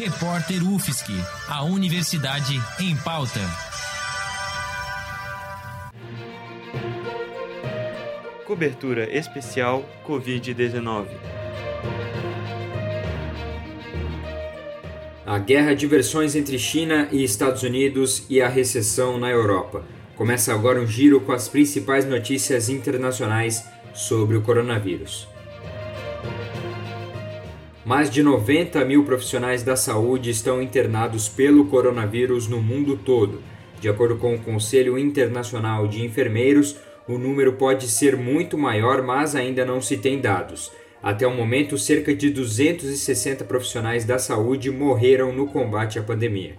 Repórter UFSC, a Universidade em Pauta. Cobertura especial Covid-19. A guerra de versões entre China e Estados Unidos e a recessão na Europa. Começa agora um giro com as principais notícias internacionais sobre o coronavírus. Mais de 90 mil profissionais da saúde estão internados pelo coronavírus no mundo todo. De acordo com o Conselho Internacional de Enfermeiros, o número pode ser muito maior, mas ainda não se tem dados. Até o momento, cerca de 260 profissionais da saúde morreram no combate à pandemia.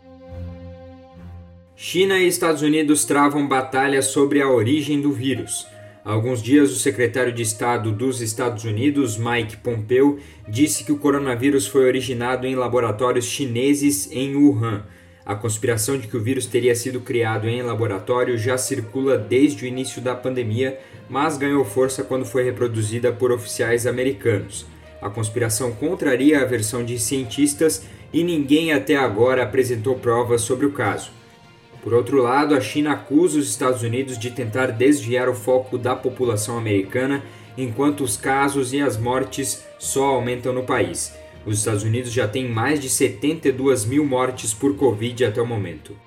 China e Estados Unidos travam batalha sobre a origem do vírus. Há alguns dias, o secretário de Estado dos Estados Unidos, Mike Pompeo, disse que o coronavírus foi originado em laboratórios chineses em Wuhan. A conspiração de que o vírus teria sido criado em laboratório já circula desde o início da pandemia, mas ganhou força quando foi reproduzida por oficiais americanos. A conspiração contraria a versão de cientistas e ninguém até agora apresentou provas sobre o caso. Por outro lado, a China acusa os Estados Unidos de tentar desviar o foco da população americana, enquanto os casos e as mortes só aumentam no país. Os Estados Unidos já têm mais de 72 mil mortes por Covid até o momento.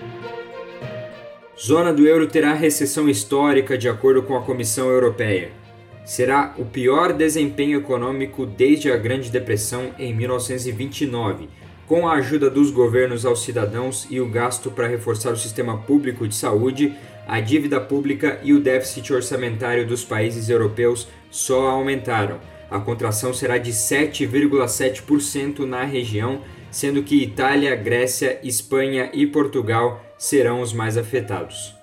Zona do euro terá recessão histórica, de acordo com a Comissão Europeia. Será o pior desempenho econômico desde a Grande Depressão em 1929. Com a ajuda dos governos aos cidadãos e o gasto para reforçar o sistema público de saúde, a dívida pública e o déficit orçamentário dos países europeus só aumentaram. A contração será de 7,7% na região, sendo que Itália, Grécia, Espanha e Portugal serão os mais afetados.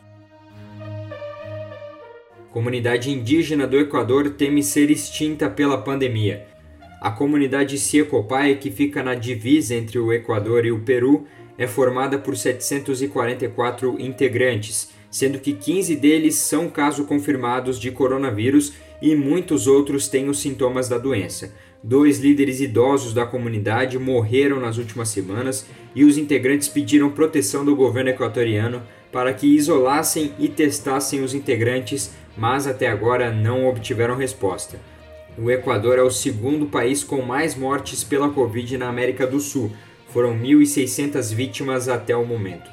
Comunidade indígena do Equador teme ser extinta pela pandemia. A comunidade Siecopay, que fica na divisa entre o Equador e o Peru, é formada por 744 integrantes, sendo que 15 deles são casos confirmados de coronavírus e muitos outros têm os sintomas da doença. 2 líderes idosos da comunidade morreram nas últimas semanas e os integrantes pediram proteção do governo equatoriano para que isolassem e testassem os integrantes, mas até agora não obtiveram resposta. O Equador é o segundo país com mais mortes pela Covid na América do Sul. Foram 1.600 vítimas até o momento.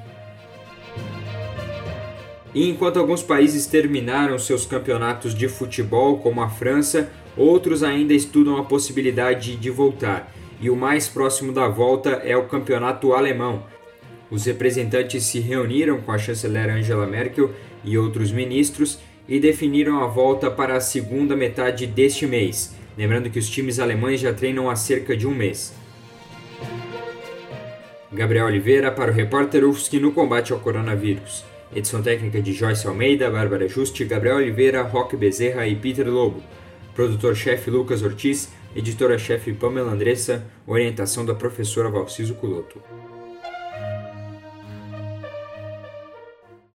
E enquanto alguns países terminaram seus campeonatos de futebol, como a França, outros ainda estudam a possibilidade de voltar. E o mais próximo da volta é o campeonato alemão. Os representantes se reuniram com a chanceler Angela Merkel e outros ministros e definiram a volta para a segunda metade deste mês. Lembrando que os times alemães já treinam há cerca de um mês. Gabriel Oliveira para o Repórter UFSC no combate ao coronavírus. Edição técnica de Joyce Almeida, Bárbara Juste, Gabriel Oliveira, Roque Bezerra e Peter Lobo. Produtor-chefe Lucas Ortiz, editora-chefe Pamela Andressa, orientação da professora Valciso Culoto.